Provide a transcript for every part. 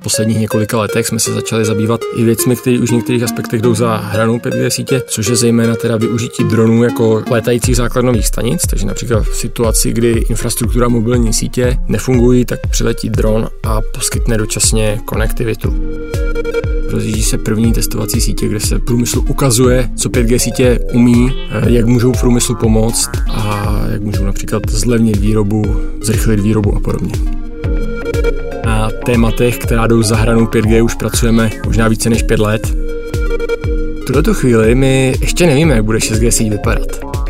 posledních několika letech jsme se začali zabývat i věcmi, které už v některých aspektech jdou za hranou 5G sítě, což je zejména teda využití dronů jako létajících základnových stanic, takže například v situaci, kdy infrastruktura mobilní sítě nefungují, tak přiletí dron a poskytne dočasně konektivitu. Rozjíždí se první testovací sítě, kde se průmyslu ukazuje, co 5G sítě umí, jak můžou průmyslu pomoct a jak můžou například zlevnit výrobu, zrychlit výrobu a podobně. Na tématech, která jdou za hranou 5G, už pracujeme možná více než 5 let. V tuto chvíli my ještě nevíme, jak bude 6G síť vypadat.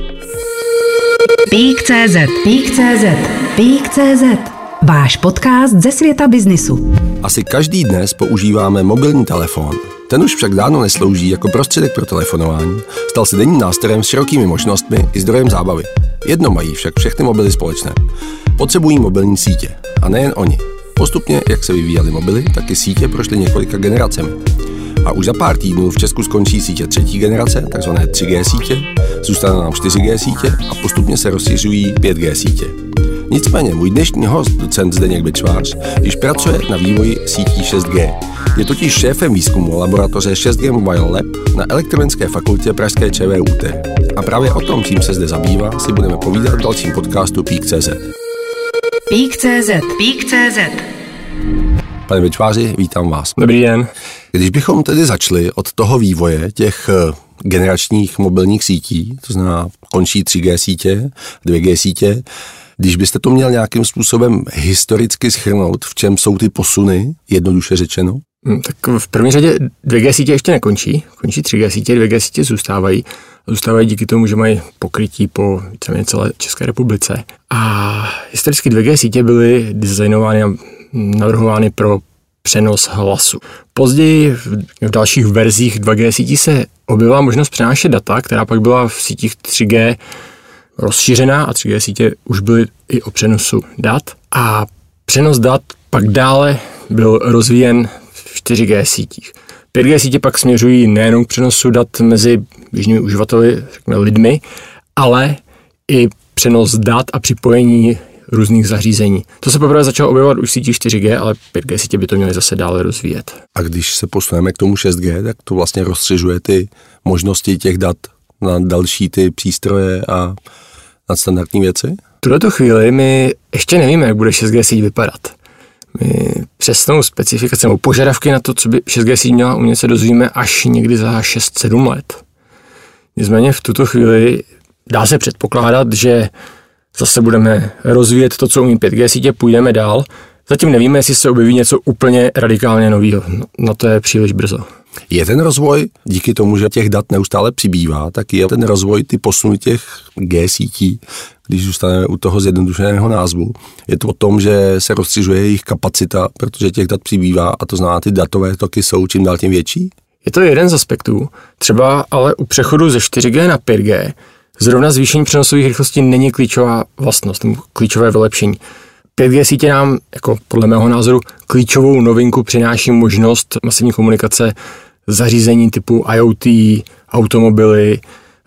Peak.cz Váš podcast ze světa biznisu. Asi každý dnes používáme mobilní telefon. Ten už však dávno neslouží jako prostředek pro telefonování. Stal se denním nástrojem s širokými možnostmi i zdrojem zábavy. Jedno mají však všechny mobily společné. Potřebují mobilní sítě. A nejen oni. Postupně, jak se vyvíjely mobily, tak i sítě prošly několika generacemi. A už za pár týdnů v Česku skončí sítě třetí generace, takzvané 3G sítě, zůstanou nám 4G sítě a postupně se rozšiřují 5G sítě. Nicméně můj dnešní host, docent Zdeněk Bečvář, již pracuje na vývoji sítí 6G. Je totiž šéfem výzkumu laboratoře 6G Mobile Lab na Elektronické fakultě pražské ČVUT. A právě o tom, čím se zde zabývá, si budeme povídat v dalším podcastu Peak.cz. Peak.cz Pane Bečváři, vítám vás. Dobrý den. Když bychom tedy začali od toho vývoje těch generačních mobilních sítí, to znamená končí 3G sítě, 2G sítě, když byste to měl nějakým způsobem historicky shrnout, v čem jsou ty posuny, jednoduše řečeno? Tak v první řadě 2G sítě ještě nekončí, končí 3G sítě, 2G sítě zůstávají díky tomu, že mají pokrytí po víceméně celé České republice. A historicky 2G sítě byly designovány a navrhovány pro přenos hlasu. Později v dalších verzích 2G sítí se objevila možnost přenášet data, která pak byla v sítích 3G rozšířená a 3G sítě už byly i o přenosu dat. A přenos dat pak dále byl rozvíjen v 4G sítích. 5G sítě pak směřují nejenom k přenosu dat mezi běžnými uživateli, řekněme lidmi, ale i přenos dat a připojení různých zařízení. To se poprvé začalo objevovat už v sítích 4G, ale 5G sítě by to měly zase dále rozvíjet. A když se posuneme k tomu 6G, tak to vlastně rozšiřuje ty možnosti těch dat na další ty přístroje a na standardní věci? V tuto chvíli my ještě nevíme, jak bude 6G síť vypadat. My přesnou specifikaci nebo požadavky na to, co by 6G síť měla umět, se dozvíme až někdy za 6-7 let. Nicméně v tuto chvíli dá se předpokládat, že zase budeme rozvíjet to, co umí 5G sítě, půjdeme dál. Zatím nevíme, jestli se objeví něco úplně radikálně nového. Na to je příliš brzo. Je ten rozvoj, díky tomu, že těch dat neustále přibývá, tak je ten rozvoj, ty posuny těch G sítí, když zůstaneme u toho zjednodušeného názvu, je to o tom, že se rozšiřuje jejich kapacita, protože těch dat přibývá a to znamená, ty datové toky jsou čím dál tím větší? Je to jeden z aspektů. Třeba ale u přechodu ze 4G na 5G zrovna zvýšení přenosových rychlostí není klíčová vlastnost, klíčové vylepšení. 5G sítě nám, jako podle mého názoru, klíčovou novinku přináší možnost masivní komunikace zařízení typu IoT, automobily,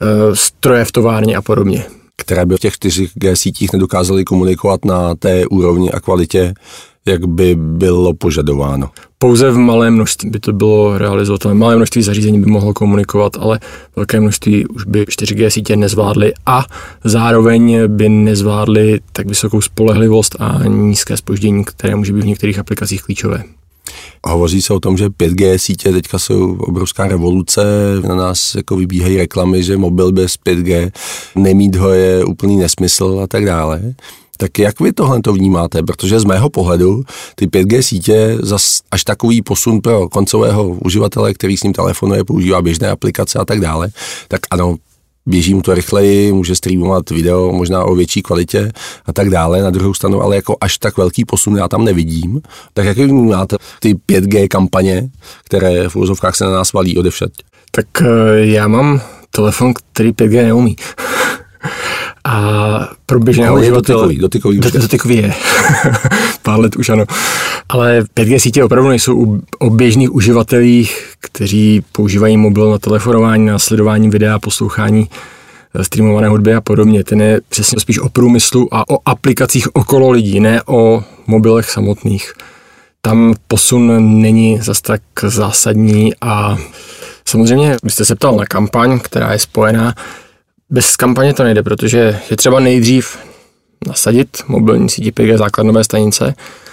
stroje v továrně a podobně. Které by v těch 4G sítích nedokázaly komunikovat na té úrovni a kvalitě, jak by bylo požadováno. Pouze v malém množství by to bylo realizovatelné. Malé množství zařízení by mohlo komunikovat, ale velké množství už by 4G sítě nezvládly a zároveň by nezvládly tak vysokou spolehlivost a nízké zpoždění, které může být v některých aplikacích klíčové. Hovoří se o tom, že 5G sítě teďka jsou obrovská revoluce, na nás jako vybíhají reklamy, že mobil bez 5G, nemít ho je úplný nesmysl a tak dále. Tak jak vy tohle to vnímáte? Protože z mého pohledu ty 5G sítě zas až takový posun pro koncového uživatele, který s ním telefonuje, používá běžné aplikace a tak dále, tak ano, běží mu to rychleji, může streamovat video možná o větší kvalitě a tak dále. Na druhou stranu, ale jako až tak velký posun já tam nevidím. Tak jak vnímáte ty 5G kampaně, které v úvozovkách se na nás valí odevšad? Tak já mám telefon, který 5G neumí. A pro běžného uživatele dotykový je. Pár let už ano. Ale 5G sítě opravdu nejsou o běžných uživatelích, kteří používají mobil na telefonování, na sledování videa, poslouchání streamované hudby a podobně. Ten je přesně spíš o průmyslu a o aplikacích okolo lidí, ne o mobilech samotných. tam posun není zas tak zásadní a samozřejmě byste se ptal na kampaň, která je spojená. Bez kampaně to nejde, protože je třeba nejdřív nasadit mobilní sítě 5G základnové stanice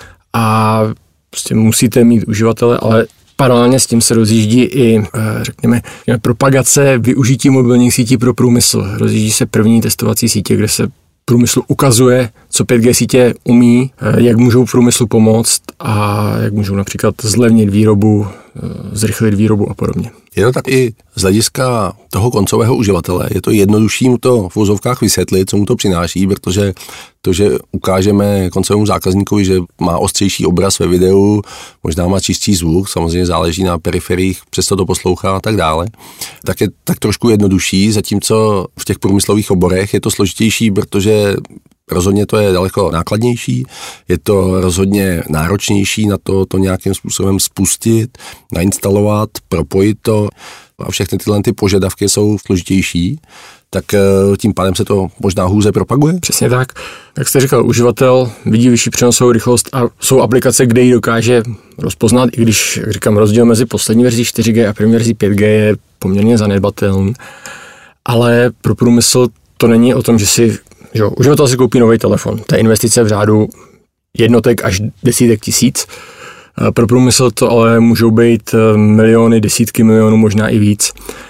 a prostě musíte mít uživatele, ale paralelně s tím se rozjíždí i, řekněme, propagace využití mobilních sítí pro průmysl. Rozjíždí se první testovací sítě, kde se průmyslu ukazuje, co 5G sítě umí, jak můžou průmyslu pomoct a jak můžou například zlevnit výrobu, zrychlit výrobu a podobně. Je to tak i z hlediska toho koncového uživatele. Je to jednodušší mu to v vozovkách vysvětlit, co mu to přináší, protože to, že ukážeme koncovému zákazníkovi, že má ostřejší obraz ve videu, možná má čistší zvuk, samozřejmě záleží na periferiích, přesto to poslouchá a tak dále, tak je tak trošku jednodušší, zatímco v těch průmyslových oborech je to složitější, protože rozhodně to je daleko nákladnější, je to rozhodně náročnější na to nějakým způsobem spustit, nainstalovat, propojit to a všechny tyhle ty požadavky jsou složitější, tak tím pádem se to možná hůře propaguje? Přesně tak. Jak jste říkal, uživatel vidí vyšší přenosovou rychlost a jsou aplikace, kde ji dokáže rozpoznat, i když, jak říkám, rozdíl mezi poslední verzí 4G a první verzí 5G je poměrně zanedbatelný. Ale pro průmysl to není o tom, že uživatel si koupí nový telefon. Ta investice v řádu jednotek až desítek tisíc. Pro průmysl to ale můžou být miliony, desítky milionů, možná i víc.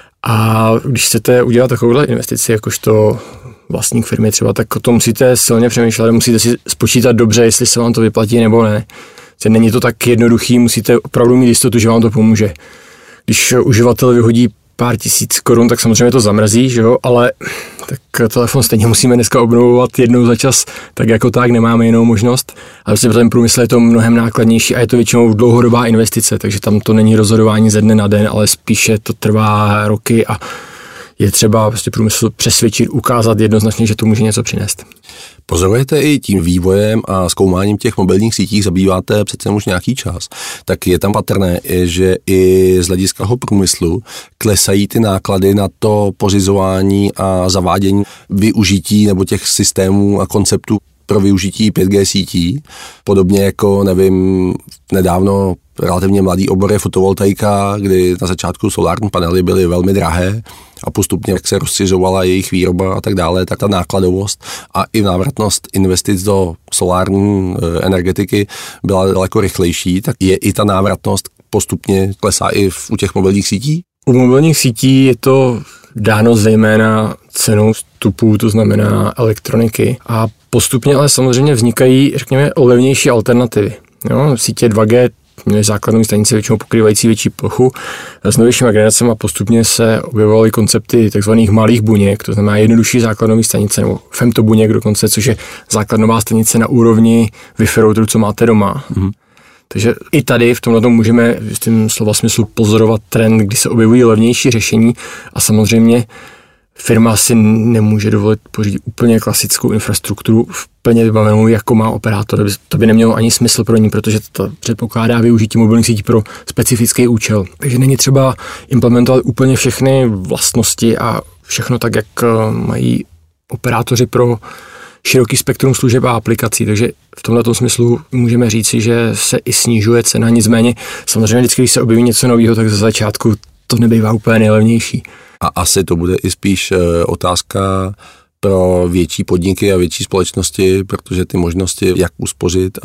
A když chcete udělat takovouhle investici, jakožto vlastník firmy třeba, tak o tom musíte silně přemýšlet, musíte si spočítat dobře, jestli se vám to vyplatí nebo ne. Není to tak jednoduchý, musíte opravdu mít jistotu, že vám to pomůže. Když uživatel vyhodí pár tisíc korun, tak samozřejmě to zamrzí, že jo, ale tak telefon stejně musíme dneska obnovovat jednou za čas, tak jako tak nemáme jinou možnost. Ale prostě pro ten průmysl je to mnohem nákladnější a je to většinou dlouhodobá investice, takže tam to není rozhodování ze dne na den, ale spíše to trvá roky a je třeba prostě průmysl přesvědčit, ukázat jednoznačně, že to může něco přinést. Pozorujete i tím vývojem a zkoumáním těch mobilních sítích, zabýváte přece už nějaký čas, tak je tam patrné, že i z hlediska průmyslu klesají ty náklady na to pořizování a zavádění využití nebo těch systémů a konceptů pro využití 5G sítí. Podobně jako, nevím, nedávno relativně mladý obor je fotovoltaika, kdy na začátku solární panely byly velmi drahé a postupně, jak se rozšiřovala jejich výroba a tak dále, tak ta nákladovost a i návratnost investic do solární energetiky byla daleko rychlejší, tak je i ta návratnost postupně klesá i u těch mobilních sítí? U mobilních sítí je to dáno zejména cenou vstupů, to znamená elektroniky a postupně ale samozřejmě vznikají, řekněme, levnější alternativy. Jo, sítě 2G měly základní stanice většinou pokrývající větší plochu. S novějšíma generacemi postupně se objevovaly koncepty tzv. Malých buněk, to znamená jednodušší základní stanice, nebo femtobuněk dokonce, což je základnová stanice na úrovni Wi-Fi routeru, co máte doma. Mm-hmm. Takže i tady v tomhle můžeme v tím slova smyslu pozorovat trend, kdy se objevují levnější řešení a samozřejmě firma si nemůže dovolit pořídit úplně klasickou infrastrukturu v plně vybavenou, jako má operátor. To by nemělo ani smysl pro ní, protože to předpokládá využití mobilních sítí pro specifický účel. Takže není třeba implementovat úplně všechny vlastnosti a všechno tak, jak mají operátoři pro široký spektrum služeb a aplikací, takže v tomto smyslu můžeme říci, že se i snižuje cena, nicméně samozřejmě vždycky, když se objeví něco nového, tak za začátku to nebývá úplně nejlevnější. A asi to bude i spíš otázka pro větší podniky a větší společnosti, protože ty možnosti, jak uspořit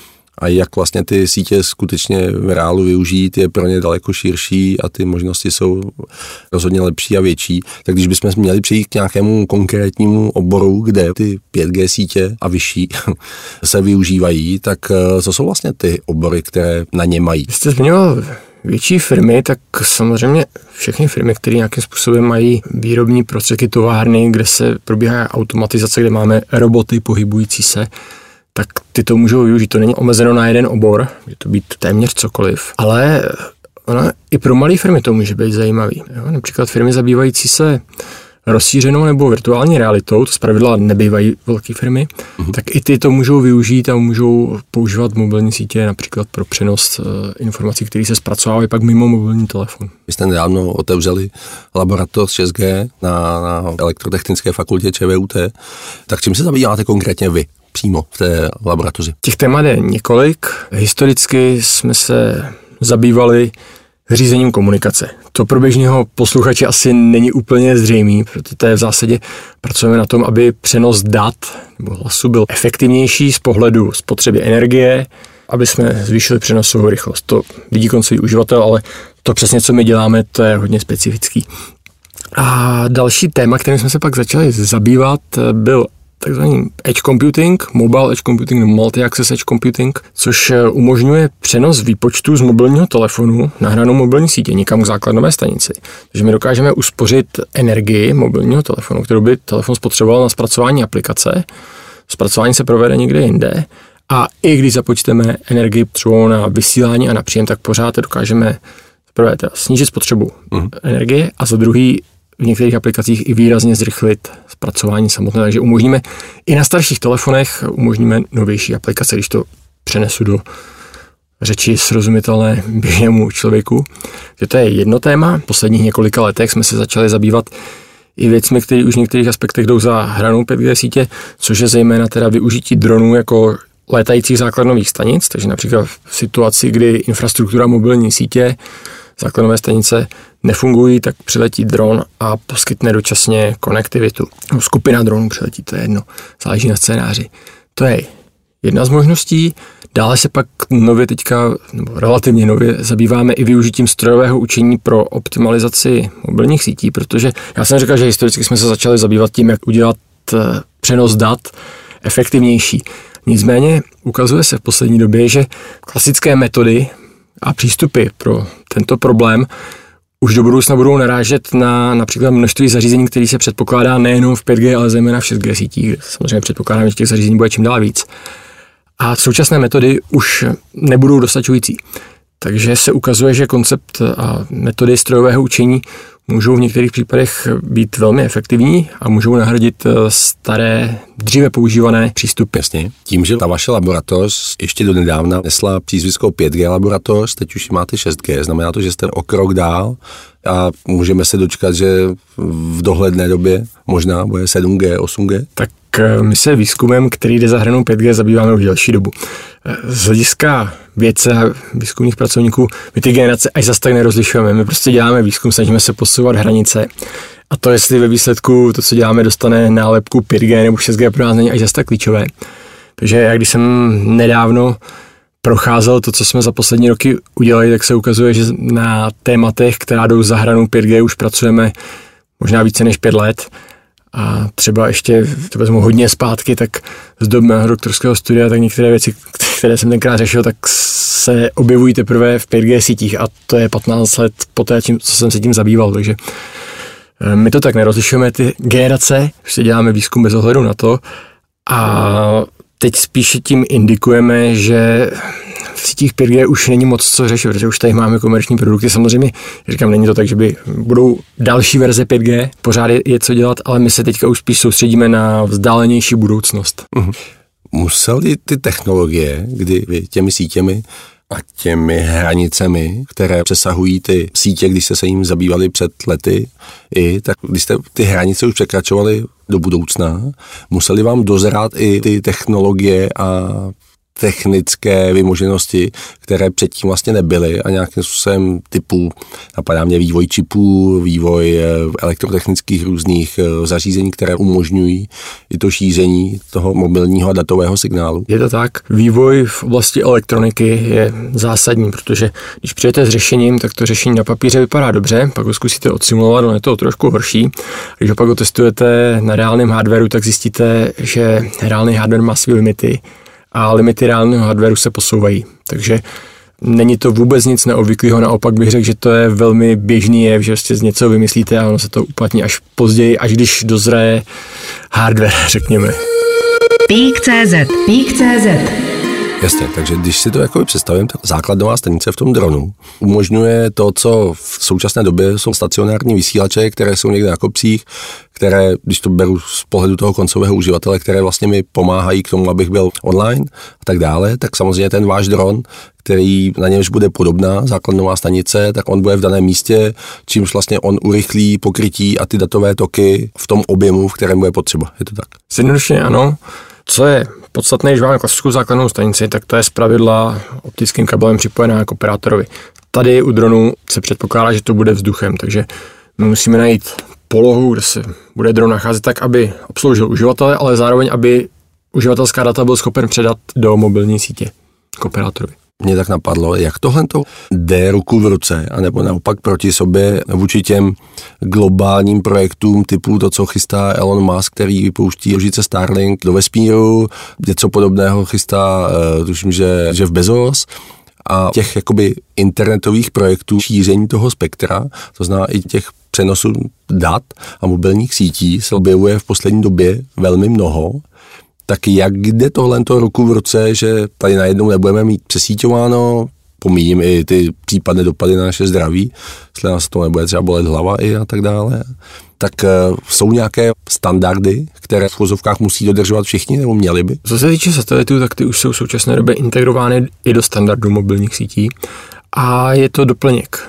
a jak vlastně ty sítě skutečně v reálu využít, je pro ně daleko širší a ty možnosti jsou rozhodně lepší a větší. Tak když bychom měli přijít k nějakému konkrétnímu oboru, kde ty 5G sítě a vyšší se využívají, tak co jsou vlastně ty obory, které na ně mají? Jste zmiňoval větší firmy, tak samozřejmě všechny firmy, které nějakým způsobem mají výrobní prostředky, továrny, kde se probíhá automatizace, kde máme roboty pohybující se, tak ty to můžou využít. To není omezeno na jeden obor, může to být téměř cokoliv, ale i pro malé firmy to může být zajímavý. Jo? Například firmy zabývající se rozšířenou nebo virtuální realitou, to zpravidla nebývají velké firmy, tak i ty to můžou využít a můžou používat mobilní sítě například pro přenos informací, které se zpracovávají pak mimo mobilní telefon. Vy jste nedávno otevřeli laboratoř 6G na Elektrotechnické fakultě ČVUT, tak čím se zabýváte konkrétně vy? přímo v té laboratoři? Těch témat je několik. Historicky jsme se zabývali řízením komunikace. To pro běžného posluchače asi není úplně zřejmý, protože to je v zásadě, pracujeme na tom, aby přenos dat nebo hlasu byl efektivnější z pohledu spotřeby energie, aby jsme zvýšili přenosovou rychlost. To vidí koncový uživatel, ale to přesně, co my děláme, to je hodně specifický. A další téma, kterým jsme se pak začali zabývat, byl takzvaný edge computing, mobile edge computing, multi-access edge computing, což umožňuje přenos výpočtu z mobilního telefonu na hranou mobilní sítě někam k základnové stanici. Takže my dokážeme uspořit energii mobilního telefonu, kterou by telefon spotřeboval na zpracování aplikace. Zpracování se provede někde jinde a i když započteme energii potřebovanou na vysílání a na příjem, tak pořád dokážeme snížit spotřebu energie a za druhý v některých aplikacích i výrazně zrychlit zpracování samotné, takže umožníme i na starších telefonech umožníme novější aplikace, když to přenesu do řeči srozumitelné běžnému člověku. To je jedno téma. V posledních několika letech jsme se začali zabývat i věcmi, které už v některých aspektech jdou za hranou 5G sítě, což je zejména teda využití dronů jako létajících základnových stanic, takže například v situaci, kdy infrastruktura mobilní sítě základnové stanice nefungují, tak přiletí dron a poskytne dočasně konektivitu. Skupina dronů přiletí, to je jedno, záleží na scénáři. To je jedna z možností. Dále se pak nově teďka, nebo relativně nově, zabýváme i využitím strojového učení pro optimalizaci mobilních sítí, protože já jsem říkal, že historicky jsme se začali zabývat tím, jak udělat přenos dat efektivnější. Nicméně ukazuje se v poslední době, že klasické metody a přístupy pro tento problém už do budoucna budou narážet na například množství zařízení, které se předpokládá nejenom v 5G, ale zejména v 6G sítích, kde samozřejmě předpokládáme, že těch zařízení bude čím dál víc. A současné metody už nebudou dostačující. Takže se ukazuje, že koncept a metody strojového učení můžou v některých případech být velmi efektivní a můžou nahradit staré, dříve používané přístupy. Jasně. Tím, že ta vaše laboratoř ještě donedávna nesla přízviskou 5G laboratoř, teď už máte 6G, znamená to, že jste o krok dál a můžeme se dočkat, že v dohledné době možná bude 7G, 8G? Tak my se výzkumem, který jde za hranou 5G, zabýváme už delší dobu. Z hlediska vědce a výzkumných pracovníků my ty generace až zas tak nerozlišujeme. My prostě děláme výzkum, snažíme se posouvat hranice a to, jestli ve výsledku to, co děláme, dostane nálepku 5G nebo 6G, pro nás není až zas tak klíčové. Takže já když jsem nedávno procházel to, co jsme za poslední roky udělali, tak se ukazuje, že na tématech, která jdou za hranou 5G, už pracujeme možná více než 5 let. A třeba ještě, to vezmu hodně zpátky, tak z doby mého doktorského studia, tak některé věci, které jsem tenkrát řešil, tak se objevují teprve v 5G sítích a to je 15 let poté, co jsem se tím zabýval, takže my to tak nerozlišujeme ty generace, že děláme výzkum bez ohledu na to a teď spíše tím indikujeme, že v sítích 5G už není moc co řešit, protože už tady máme komerční produkty. Samozřejmě, říkám, není to tak, že by budou další verze 5G, pořád je co dělat, ale my se teďka už spíš soustředíme na vzdálenější budoucnost. Musely ty technologie, kdy vy těmi sítěmi a těmi hranicemi, které přesahují ty sítě, když jste se jim zabývali před lety, tak když jste ty hranice už překračovali do budoucna, museli vám dozrát i ty technologie a technické vymoženosti, které předtím vlastně nebyly a nějakým způsobem typu, napadá mě vývoj čipů, vývoj elektrotechnických různých zařízení, které umožňují i to šíření toho mobilního a datového signálu. Je to tak. Vývoj v oblasti elektroniky je zásadní, protože když přijete s řešením, tak to řešení na papíře vypadá dobře, pak ho zkusíte odsimulovat, ale je to trošku horší. Když ho pak otestujete na reálném hardwareu, tak zjistíte, že reálný hardware má své limity a limity reálného hardwareu se posouvají. Takže není to vůbec nic neobvyklého, naopak bych řekl, že to je velmi běžný jev, že prostě z něco vymyslíte a ono se to uplatní až později, až když dozraje hardware, řekněme. Peak.cz Jasně, takže když si to jako představím, tak základnová stanice v tom dronu umožňuje to, co v současné době jsou stacionární vysílače, které jsou někde na kopcích, které, když to beru z pohledu toho koncového uživatele, které vlastně mi pomáhají k tomu, abych byl online a tak dále, tak samozřejmě ten váš dron, který na němž bude podobná základnová stanice, tak on bude v daném místě, čímž vlastně on urychlí pokrytí a ty datové toky v tom objemu, v kterém bude potřeba. Je to tak? Zjednodušeně ano. Co je podstatné, když máme klasickou základnou stanici, tak to je zpravidla optickým kabelem připojená k operátorovi. Tady u dronu se předpokládá, že to bude vzduchem, takže my musíme najít polohu, kde se bude dron nacházet tak, aby obsloužil uživatele, ale zároveň, aby uživatelská data byl schopen předat do mobilní sítě k operátorovi. Mě tak napadlo, jak tohle to jde ruku v ruce, anebo naopak proti sobě vůči těm globálním projektům typu to, co chystá Elon Musk, který vypouští ložice Starlink do vesmíru, něco podobného chystá, tuším, že v Bezos, a těch jakoby internetových projektů šíření toho spektra, to znamená i těch přenosů dat a mobilních sítí se objevuje v poslední době velmi mnoho. Tak jak jde tohle ruku v ruce, že tady najednou nebudeme mít přesíťováno, pomíjím i ty případné dopady na naše zdraví, jestli nás to nebude třeba bolet hlava i a tak dále, tak jsou nějaké standardy, které v uvozovkách musí dodržovat všichni, nebo měli by? Co se týče satelitů, tak ty už jsou v současné době integrovány i do standardu mobilních sítí a je to doplněk.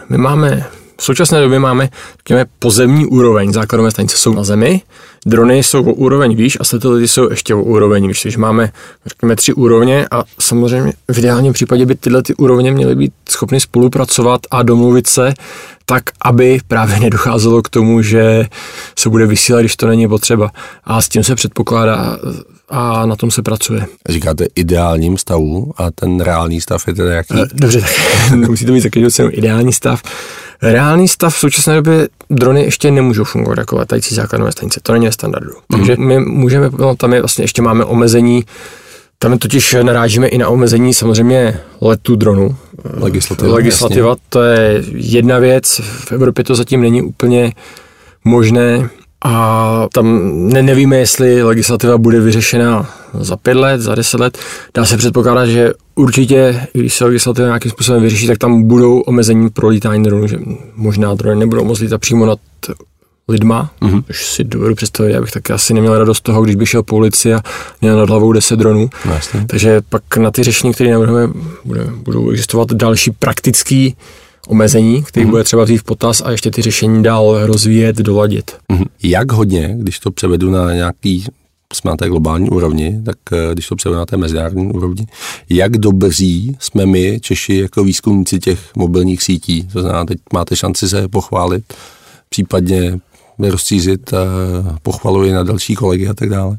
V současné době máme, řekněme, pozemní úroveň, základové stanice jsou na zemi, drony jsou o úroveň výš a satelity jsou ještě o úroveň výš, takže máme, řekněme, 3 úrovně a samozřejmě v ideálním případě by tyhle ty úrovně měly být schopny spolupracovat a domluvit se tak, aby právě nedocházelo k tomu, že se bude vysílat, když to není potřeba. A s tím se předpokládá a na tom se pracuje. Říkáte ideálním stavu a ten reálný stav je teda jaký? Dobře, tak musí to být za každou cenu ideální stav. Reálný stav v současné době drony ještě nemůžou fungovat jako letající základové stanice, to není ve standardu. Takže my můžeme, tam je vlastně ještě máme omezení, tam totiž narážíme i na omezení samozřejmě letu dronu. Legislativa, to je jedna věc, v Evropě to zatím není úplně možné a tam nevíme, jestli legislativa bude vyřešena za 5 let, za 10 let. Dá se předpokládat, že určitě, když se legislativa nějakým způsobem vyřeší, tak tam budou omezení pro lítání dronů, že možná drony nebudou moc lítat přímo nad lidma, což si dovedu představit, já bych taky asi neměl radost toho, když by šel po ulici a měl nad hlavou 10 dronů. Vlastně. Takže pak na ty řešení, které navrhujeme, budou existovat další praktické omezení, který bude třeba vzít v potaz a ještě ty řešení dál rozvíjet, doladit. Jak hodně, když to převedu na nějaký, jsme na té globální úrovni, tak když to převedu na té mezinárodní úrovni, jak dobří jsme my, Češi, jako výzkumníci těch mobilních sítí? To znamená, teď máte šanci se pochválit, případně rozcízit pochvalu i na další kolegy a tak dále.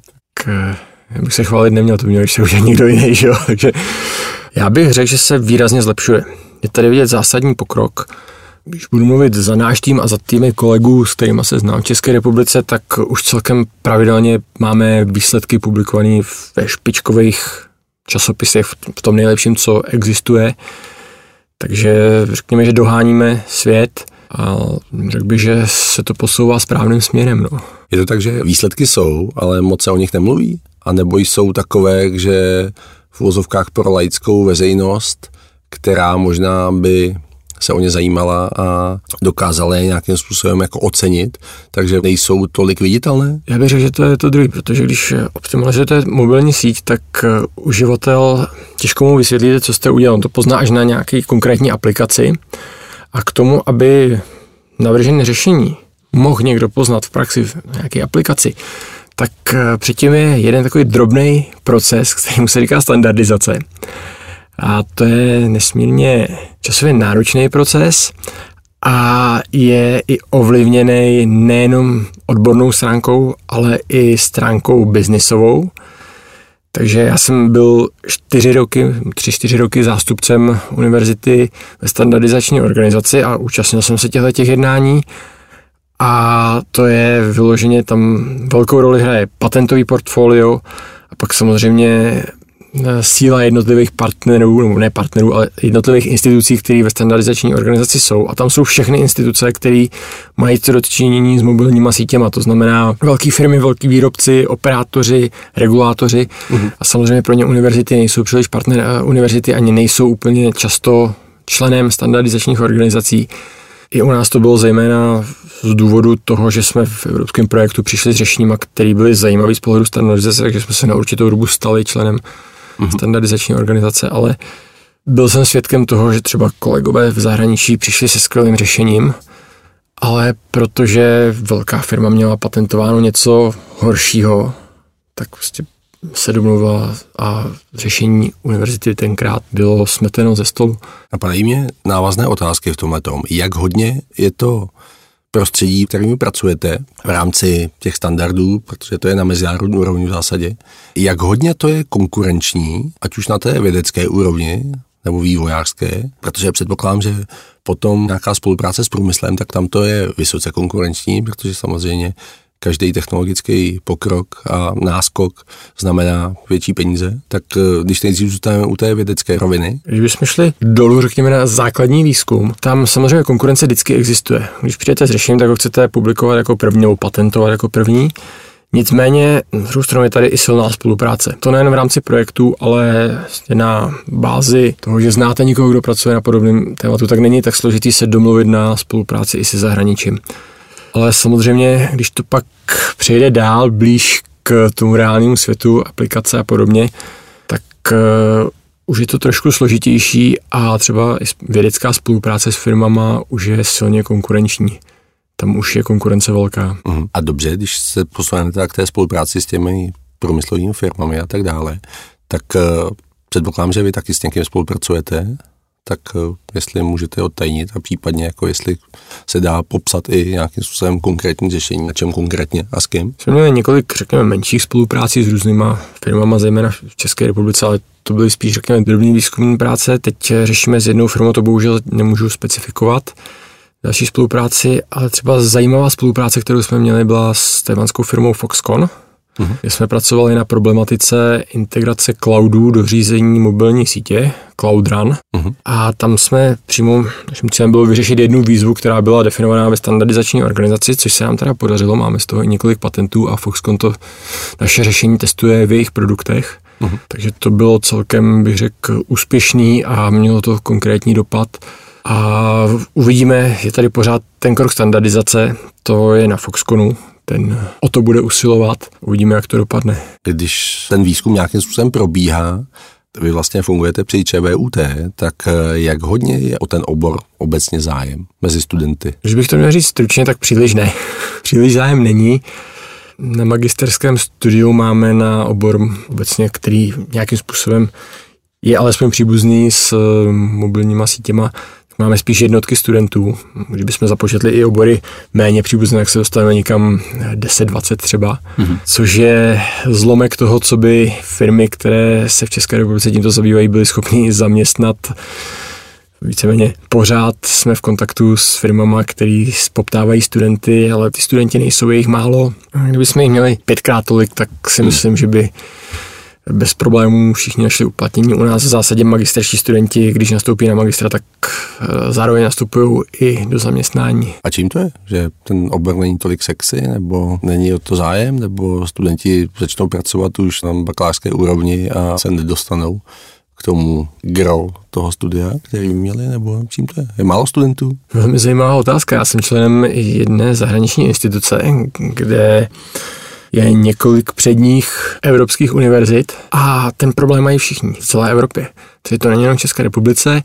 Já bych se chválit neměl, to měl ještě už někdo jiný, že jo? Takže já bych řekl, že se výrazně zlepšuje. Je tady vidět zásadní pokrok. Když budu mluvit za náš tým a za týmy kolegů, s kterými se znám v České republice, tak už celkem pravidelně máme výsledky publikované ve špičkových časopisech, v tom nejlepším, co existuje. Takže řekněme, že doháníme svět a řekl bych, že se to posouvá správným směrem. No. Je to tak, že výsledky jsou, ale moc se o nich nemluví? A nebo jsou takové, že v uvozovkách pro laickou veřejnost, která možná by se o ně zajímala a dokázala je nějakým způsobem jako ocenit, takže nejsou tolik viditelné? Já bych řekl, že to je to druhý, protože když optimalizujete mobilní síť, tak uživatel těžko mu vysvětlíte, co jste udělal. On to pozná až na nějaké konkrétní aplikaci a k tomu, aby navržené řešení mohl někdo poznat v praxi v nějaké aplikaci, tak předtím je jeden takový drobný proces, kterému se říká standardizace. A to je nesmírně časově náročný proces a je i ovlivněný nejenom odbornou stránkou, ale i stránkou biznisovou. Takže já jsem byl 3-4 roky zástupcem univerzity ve standardizační organizaci a účastnil jsem se těchto jednání. A to je vyloženě, tam velkou roli hraje patentový portfolio a pak samozřejmě síla jednotlivých partnerů, nebo ne partnerů, ale jednotlivých institucí, které ve standardizační organizaci jsou. A tam jsou všechny instituce, které mají co dočinění s mobilníma sítěma. To znamená velké firmy, velký výrobci, operátoři, regulátoři. A samozřejmě pro ně univerzity nejsou příliš univerzity ani nejsou úplně často členem standardizačních organizací. I u nás to bylo zejména z důvodu toho, že jsme v evropském projektu přišli s řešeníma, které byly zajímavé z pohledu standardizace, takže jsme se na určitou dobu stali členem standardizační organizace, ale byl jsem svědkem toho, že třeba kolegové v zahraničí přišli se skvělým řešením, ale protože velká firma měla patentováno něco horšího, tak prostě se domluvila a řešení univerzity tenkrát bylo smeteno ze stolu. Napadají mě návazné otázky v tomhletom. Jak hodně je to prostředí, kterými pracujete v rámci těch standardů, protože to je na mezinárodní úrovni v zásadě, jak hodně to je konkurenční, ať už na té vědecké úrovni nebo vývojářské, protože předpokládám, že potom nějaká spolupráce s průmyslem, tak tam to je vysoce konkurenční, protože samozřejmě každý technologický pokrok a náskok znamená větší peníze. Tak když nejdřív zůstaneme u té vědecké roviny. Kdybychom šli dolů, řekněme, na základní výzkum, tam samozřejmě konkurence vždycky existuje. Když přijdete s řešením, tak ho chcete publikovat jako první nebo patentovat jako první. Nicméně na druhou stranu je tady i silná spolupráce. To nejen v rámci projektů, ale na bázi toho, že znáte někoho, kdo pracuje na podobném tématu, tak není tak složitý se domluvit na spolupráci i se zahraničím. Ale samozřejmě, když to pak přejde dál, blíž k tomu reálnému světu, aplikace a podobně, tak už je to trošku složitější a třeba i vědecká spolupráce s firmama už je silně konkurenční. Tam už je konkurence velká. A dobře, když se posuneme tak k té spolupráci s těmi průmyslovými firmami a tak dále, tak předpokládám, že vy taky s někým spolupracujete, tak jestli můžete odtajnit a případně jako jestli se dá popsat i nějakým způsobem konkrétní řešení, na čem konkrétně a s kým? Jsme měli několik, řekněme, menších spoluprácí s různýma firmama, zejména v České republice, ale to byly spíš, řekněme, drobný výzkumní práce. Teď řešíme s jednou firmou, to bohužel nemůžu specifikovat, další spolupráci, ale třeba zajímavá spolupráce, kterou jsme měli, byla s taiwanskou firmou Foxconn, kde jsme pracovali na problematice integrace cloudů do řízení mobilní sítě, Cloud Run. A tam jsme přímo, naším cílem bylo vyřešit jednu výzvu, která byla definovaná ve standardizační organizaci, což se nám teda podařilo, máme z toho i několik patentů a Foxconn to naše řešení testuje v jejich produktech. Takže to bylo celkem, bych řekl, úspěšný a mělo to konkrétní dopad. A uvidíme, je tady pořád ten krok standardizace, to je na Foxconnu, ten o to bude usilovat, uvidíme, jak to dopadne. Když ten výzkum nějakým způsobem probíhá, vy vlastně fungujete při ČVUT, tak jak hodně je o ten obor obecně zájem mezi studenty? Když bych to měl říct stručně, tak příliš ne. Příliš zájem není. Na magisterském studiu máme na obor obecně, který nějakým způsobem je alespoň příbuzný s mobilníma sítěma, máme spíš jednotky studentů. Kdybychom započetli i obory méně příbuzné, tak se dostaneme někam 10-20 třeba, což je zlomek toho, co by firmy, které se v České republice tímto zabývají, byly schopny zaměstnat. Víceméně pořád jsme v kontaktu s firmama, který poptávají studenty, ale ty studenti nejsou, je jich málo. Kdybychom jich měli 5krát tolik, tak si myslím, že by bez problémů všichni našli uplatnění. U nás v zásadě magisterští studenti, když nastoupí na magistra, tak zároveň nastupují i do zaměstnání. A čím to je? Že ten obor není tolik sexy, nebo není o to zájem, nebo studenti začnou pracovat už na bakalářské úrovni a se nedostanou k tomu gro toho studia, který měli, nebo čím to je? Je málo studentů? Velmi zajímavá otázka. Já jsem členem jedné zahraniční instituce, kde je několik předních evropských univerzit a ten problém mají všichni v celé Evropě. Takže to není jenom v České republice.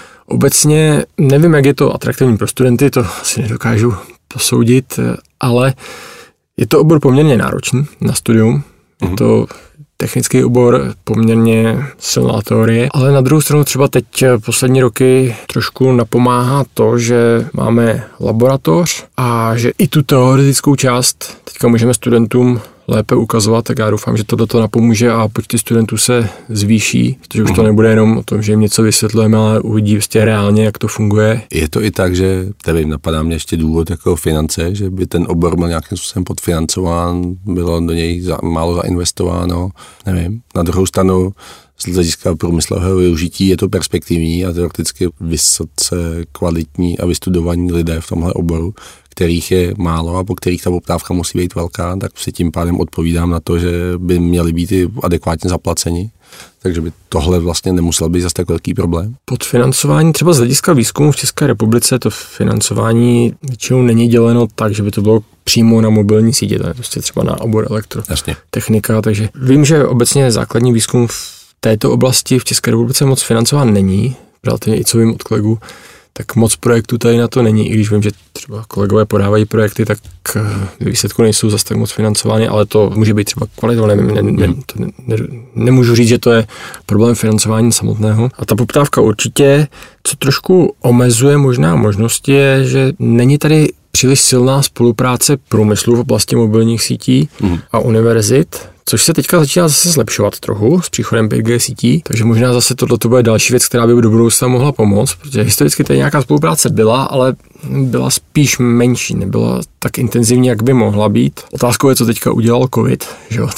Obecně nevím, jak je to atraktivní pro studenty, to asi nedokážu posoudit, ale je to obor poměrně náročný na studium. Je to technický obor, poměrně silná teorie, ale na druhou stranu třeba teď poslední roky trošku napomáhá to, že máme laboratoř a že i tu teoretickou část teďka můžeme studentům lépe ukazovat, tak já doufám, že to napomůže a počty studentů se zvýší, protože už to nebude jenom o tom, že jim něco vysvětlujeme, ale uvidí vlastně reálně, jak to funguje. Je to i tak, že nevím, napadá mě ještě důvod jako finance, že by ten obor byl nějakým způsobem podfinancován, bylo do něj málo zainvestováno, nevím. Na druhou stranu z hlediska průmyslového využití je to perspektivní a teoreticky vysoce kvalitní a vystudovaní lidé v tomhle oboru, kterých je málo a po kterých ta poptávka musí být velká, tak si tím pádem odpovídám na to, že by měli být i adekvátně zaplaceni. Takže by tohle vlastně nemusel být zase tak velký problém. Podfinancování třeba z hlediska výzkumu v České republice, to financování většinou není děleno tak, že by to bylo přímo na mobilní sítě, to je prostě třeba na obor elektrotechnika, takže vím, že obecně základní výzkum v této oblasti v České republice moc financován není, relativně i co vím od kolegů, tak moc projektů tady na to není, i když vím, že třeba kolegové podávají projekty, tak výsledku nejsou zase tak moc financovány, ale to může být třeba kvalitou, nemůžu říct, že to je problém financování samotného. A ta poptávka určitě, co trošku omezuje možná možnosti, je, že není tady příliš silná spolupráce průmyslu v oblasti mobilních sítí a univerzit, což se teďka začíná zase zlepšovat trochu s příchodem 5G sítí, takže možná zase tohle bude další věc, která by do budoucna mohla pomoct, protože historicky tady nějaká spolupráce byla, ale byla spíš menší, nebyla tak intenzivní, jak by mohla být. Otázkou je, co teďka udělal COVID, že jo,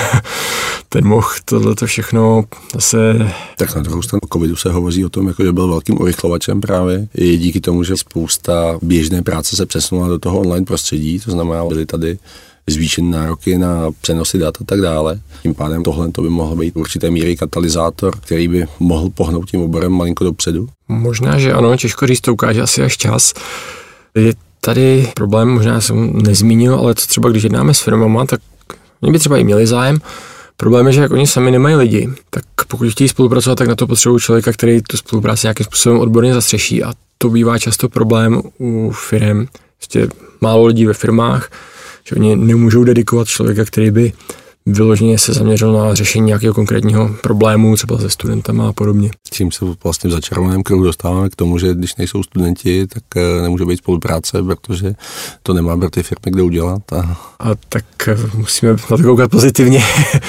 ten mohl tohleto všechno zase... Tak na druhou stranu covidu se hovoří o tom, jako že byl velkým urychlovačem právě i díky tomu, že spousta běžné práce se přesunula do toho online prostředí, to znamená, byly tady zvýšené nároky na přenosy dat a tak dále. Tím pádem tohle to by mohl být určité míry katalyzátor, který by mohl pohnout tím oborem malinko dopředu. Možná, že ano, těžko říct, to ukáže asi až čas. Je tady problém, možná jsem nezmínil, ale to třeba když jednáme s firmama, tak oni by třeba i měli zájem. Problém je, že jak oni sami nemají lidi, tak pokud chtějí spolupracovat, tak na to potřebují člověka, který tu spolupráci nějakým způsobem odborně zastřeší, a to bývá často problém u firem. Prostě málo lidí ve firmách, že oni nemůžou dedikovat člověka, který by vyloženě se zaměřil na řešení nějakého konkrétního problému, třeba se studentama a podobně. Tím se vlastně v začarovaném kruhu dostáváme k tomu, že když nejsou studenti, tak nemůže být spolupráce, protože to nemá pro ty firmy kde udělat. A tak musíme na to koukat pozitivně.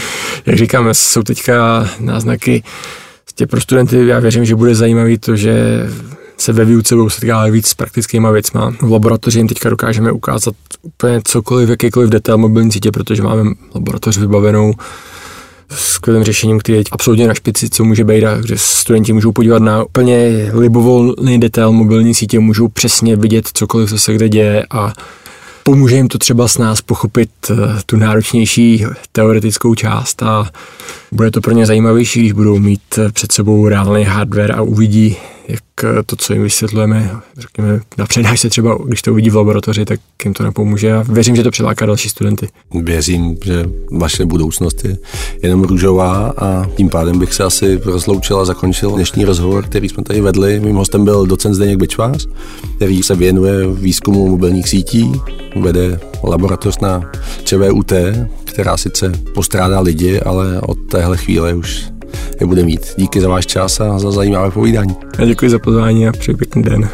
Jak říkám, jsou teďka náznaky pro studenty, já věřím, že bude zajímavý to, že se ve výuce budou setkávat víc s praktickými věcmi. V laboratoři jim teďka dokážeme ukázat úplně cokoliv, jakýkoliv detail mobilní sítě, protože máme laboratoř vybavenou skvělým řešením, který je absolutně na špici, co může být, a kde studenti můžou podívat na úplně libovolný detail mobilní sítě, můžou přesně vidět cokoliv, co se kde děje, a pomůže jim to třeba s nás pochopit tu náročnější teoretickou část, a bude to pro ně zajímavější, když budou mít před sebou reálný hardware a uvidí, jak to, co jim vysvětlujeme, řekněme, na přednášce třeba, když to uvidí v laboratoři, tak jim to napomůže, a věřím, že to přiláká další studenty. Věřím, že vaše budoucnost je jenom růžová, a tím pádem bych se asi rozloučil a zakončil dnešní rozhovor, který jsme tady vedli. Mým hostem byl docent Zdeněk Bečvář, který se věnuje výzkumu mobilních sítí, vede laboratoř na ČVUT, která sice postrádá lidi, ale od téhle chvíle už je bude mít. Díky za váš čas a za zajímavé povídání. Já děkuji za pozvání a přeji pěkný den.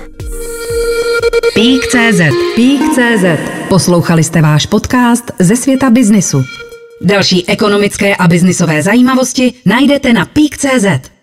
Peak.cz. Poslouchali jste váš podcast ze světa biznisu. Další ekonomické a biznisové zajímavosti najdete na Peak.cz.